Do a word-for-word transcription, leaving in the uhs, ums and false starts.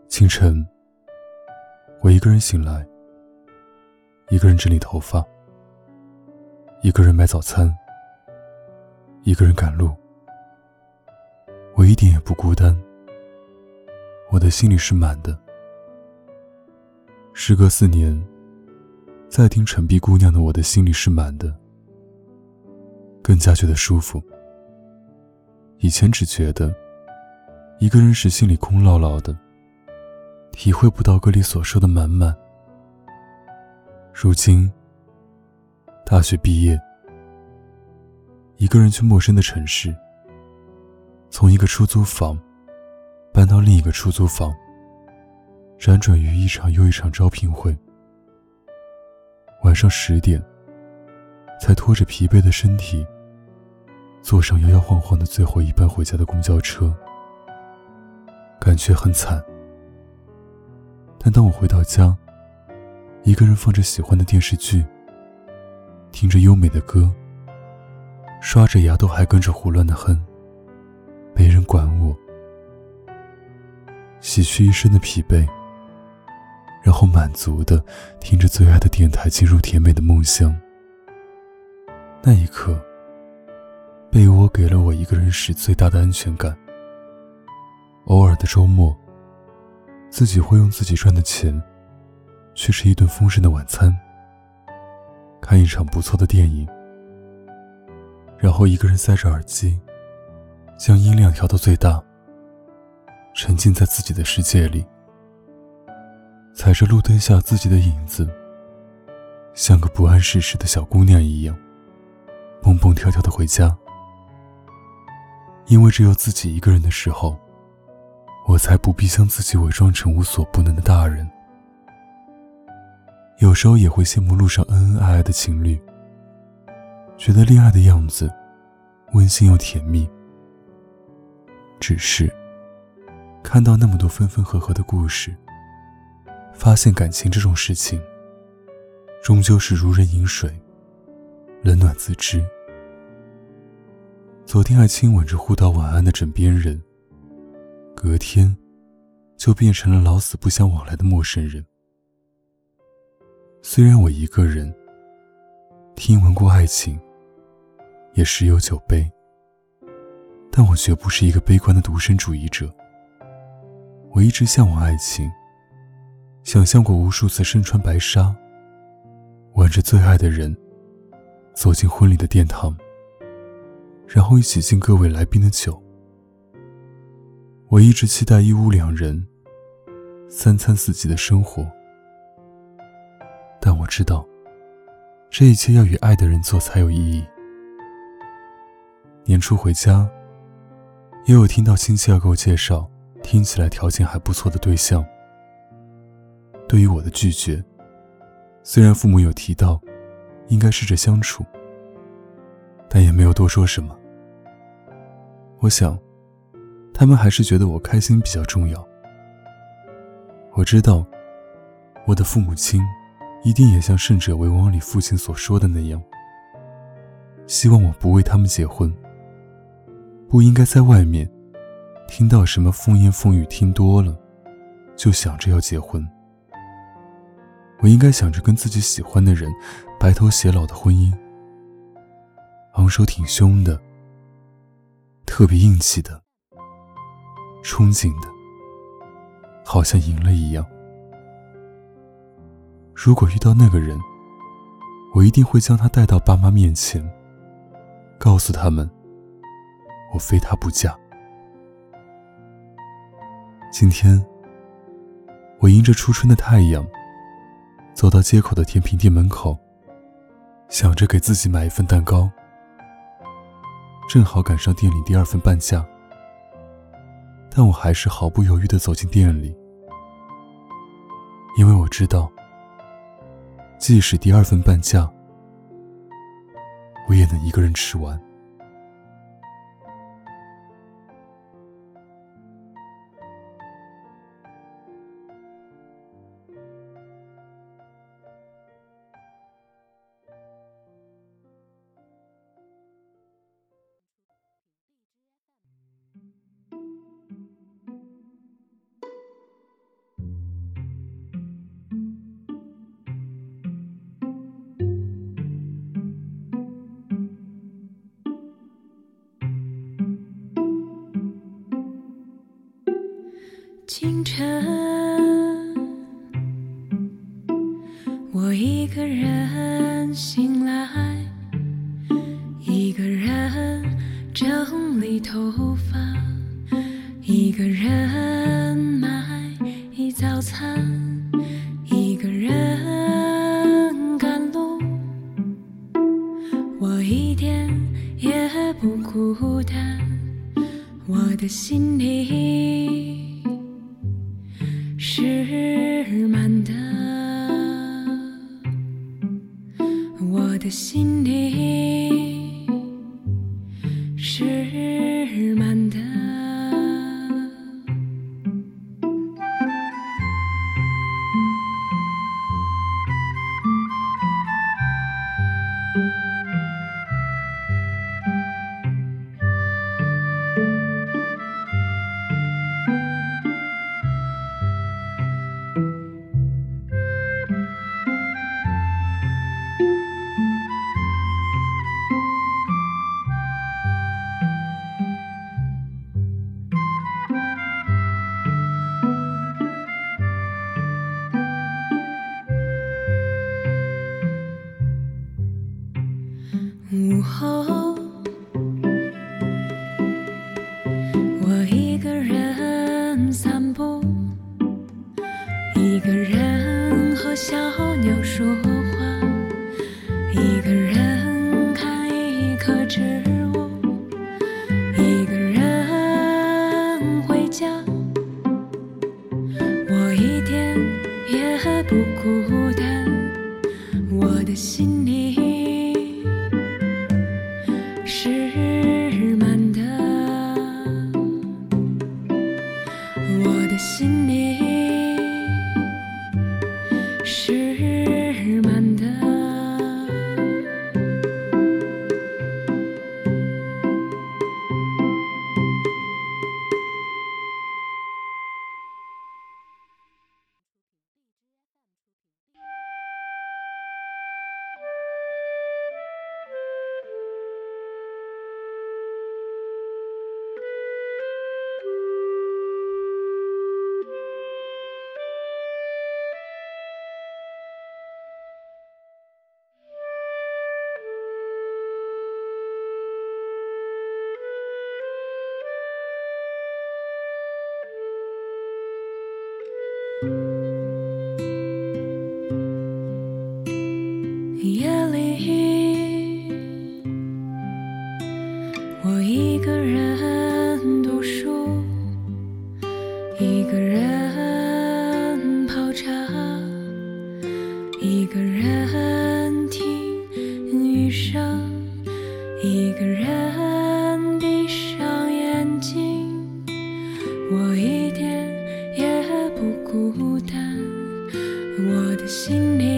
清晨，我一个人醒来，一个人整理头发，一个人买早餐，一个人赶路。我一点也不孤单，我的心里是满的。时隔四年，再听陈碧姑娘的《我的心里是满的》，更加觉得舒服。以前只觉得一个人时心里空落落的，体会不到歌里所说的满满。如今大学毕业，一个人去陌生的城市，从一个出租房搬到另一个出租房，辗转于一场又一场招聘会。晚上十点，才拖着疲惫的身体坐上摇摇晃晃的最后一班回家的公交车，感觉很惨。但当我回到家，一个人放着喜欢的电视剧，听着优美的歌，刷着牙都还跟着胡乱的哼，没人管我，洗去一身的疲惫，然后满足地听着最爱的电台进入甜美的梦乡。那一刻，被窝给了我一个人时最大的安全感。偶尔的周末，自己会用自己赚的钱去吃一顿丰盛的晚餐，看一场不错的电影，然后一个人塞着耳机，将音量调到最大，沉浸在自己的世界里，踩着路灯下自己的影子，像个不谙世事的小姑娘一样蹦蹦跳跳地回家。因为只有自己一个人的时候，我才不必将自己伪装成无所不能的大人。有时候也会羡慕路上恩恩爱爱的情侣，觉得恋爱的样子温馨又甜蜜。只是看到那么多分分合合的故事，发现感情这种事情终究是如人饮水，冷暖自知。昨天还亲吻着互道晚安的枕边人，隔天就变成了老死不相往来的陌生人。虽然我一个人听闻过爱情，也时有酒杯，但我绝不是一个悲观的独身主义者。我一直向往爱情，想象过无数次身穿白纱，挽着最爱的人走进婚礼的殿堂，然后一起敬各位来宾的酒。我一直期待一屋两人三餐四季的生活，但我知道这一切要与爱的人做才有意义。年初回家，也有听到亲戚要给我介绍听起来条件还不错的对象。对于我的拒绝，虽然父母有提到应该试着相处，但也没有多说什么。我想他们还是觉得我开心比较重要。我知道我的父母亲一定也像《胜者为王》里父亲所说的那样，希望我不为他们结婚，不应该在外面听到什么风言风语听多了就想着要结婚。我应该想着跟自己喜欢的人白头偕老的婚姻，昂首挺胸的，特别硬气的，憧憬的，好像赢了一样。如果遇到那个人，我一定会将他带到爸妈面前，告诉他们我非他不嫁。今天我迎着初春的太阳走到街口的甜品店门口，想着给自己买一份蛋糕，正好赶上店里第二份半价，但我还是毫不犹豫地走进店里，因为我知道即使第二份半价，我也能一个人吃完。 清晨，我一个人醒来，一个人整理头发，一个人买早餐，一个人赶路，我一点也不孤单，我的心里是满的，我的心里是满的。午后，我一个人散步，一个人和小鸟说话，一个人看一棵植物，一个人回家，我一点也不孤单，我的心里是满的，我的心里是满的。夜里，我一个人读书，一个人泡茶，一个人听雨声，一个人闭上眼睛，我一点也不孤单，我的心里